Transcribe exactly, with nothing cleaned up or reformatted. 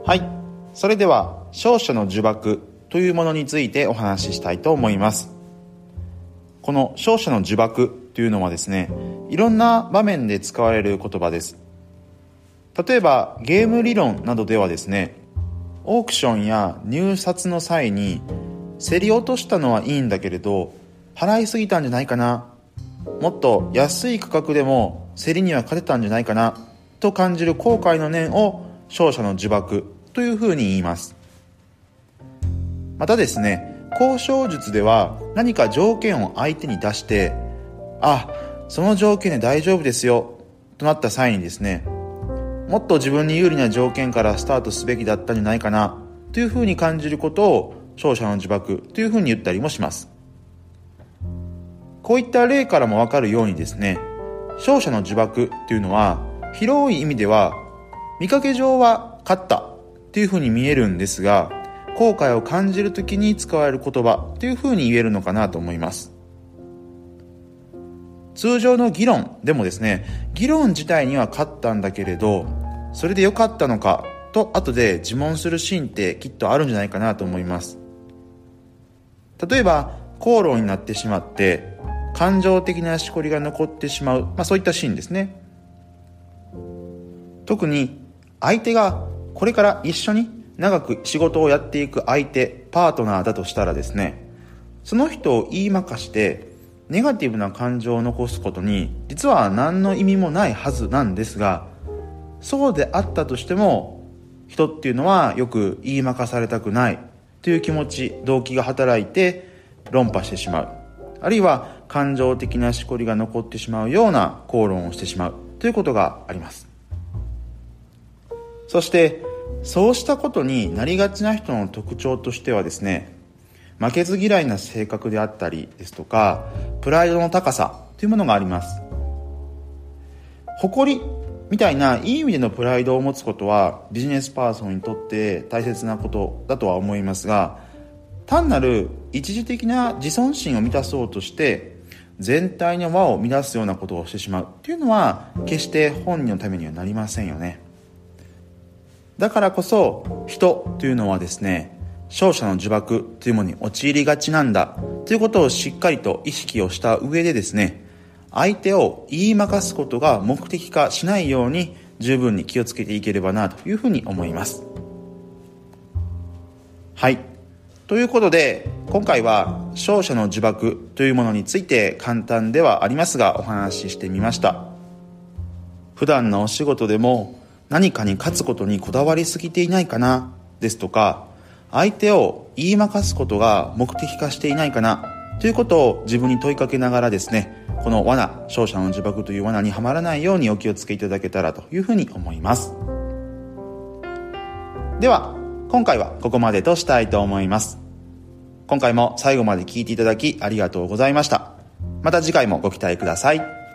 はい、それでは勝者の呪縛というものについてお話ししたいと思います。この勝者の呪縛というのはですね、いろんな場面で使われる言葉です。例えばゲーム理論などではですね、オークションや入札の際に競り落としたのはいいんだけれど払いすぎたんじゃないかな、もっと安い価格でも競りには勝てたんじゃないかなと感じる後悔の念を勝者の呪縛というふうに言います。またですね、交渉術では何か条件を相手に出して、あ、その条件で大丈夫ですよとなった際にですね、もっと自分に有利な条件からスタートすべきだったんじゃないかなというふうに感じることを勝者の呪縛というふうに言ったりもします。こういった例からもわかるようにですね、勝者の呪縛というのは広い意味では見かけ上は勝ったというふうに見えるんですが、後悔を感じるときに使われる言葉というふうに言えるのかなと思います。通常の議論でもですね、議論自体には勝ったんだけれど、それで良かったのかと後で自問するシーンってきっとあるんじゃないかなと思います。例えば口論になってしまって感情的なしこりが残ってしまう、まあ、そういったシーンですね。特に相手がこれから一緒に長く仕事をやっていく相手、パートナーだとしたらですね、その人を言いまかしてネガティブな感情を残すことに実は何の意味もないはずなんですが、そうであったとしても人っていうのはよく言いまかされたくないという気持ち、動機が働いて論破してしまう、あるいは感情的なしこりが残ってしまうような口論をしてしまうということがあります。そしてそうしたことになりがちな人の特徴としてはですね、負けず嫌いな性格であったりですとか、プライドの高さというものがあります。誇りみたいないい意味でのプライドを持つことはビジネスパーソンにとって大切なことだとは思いますが、単なる一時的な自尊心を満たそうとして全体の輪を乱すようなことをしてしまうというのは決して本人のためにはなりませんよね。だからこそ人というのはですね、勝者の呪縛というものに陥りがちなんだということをしっかりと意識をした上でですね、相手を言いまかすことが目的化しないように十分に気をつけていければなというふうに思います。はい、ということで今回は勝者の呪縛というものについて簡単ではありますがお話ししてみました。普段のお仕事でも何かに勝つことにこだわりすぎていないかなですとか、相手を言いまかすことが目的化していないかなということを自分に問いかけながらですね、この罠、勝者の呪縛という罠にはまらないようにお気をつけいただけたらというふうに思います。では今回はここまでとしたいと思います。今回も最後まで聞いていただきありがとうございました。また次回もご期待ください。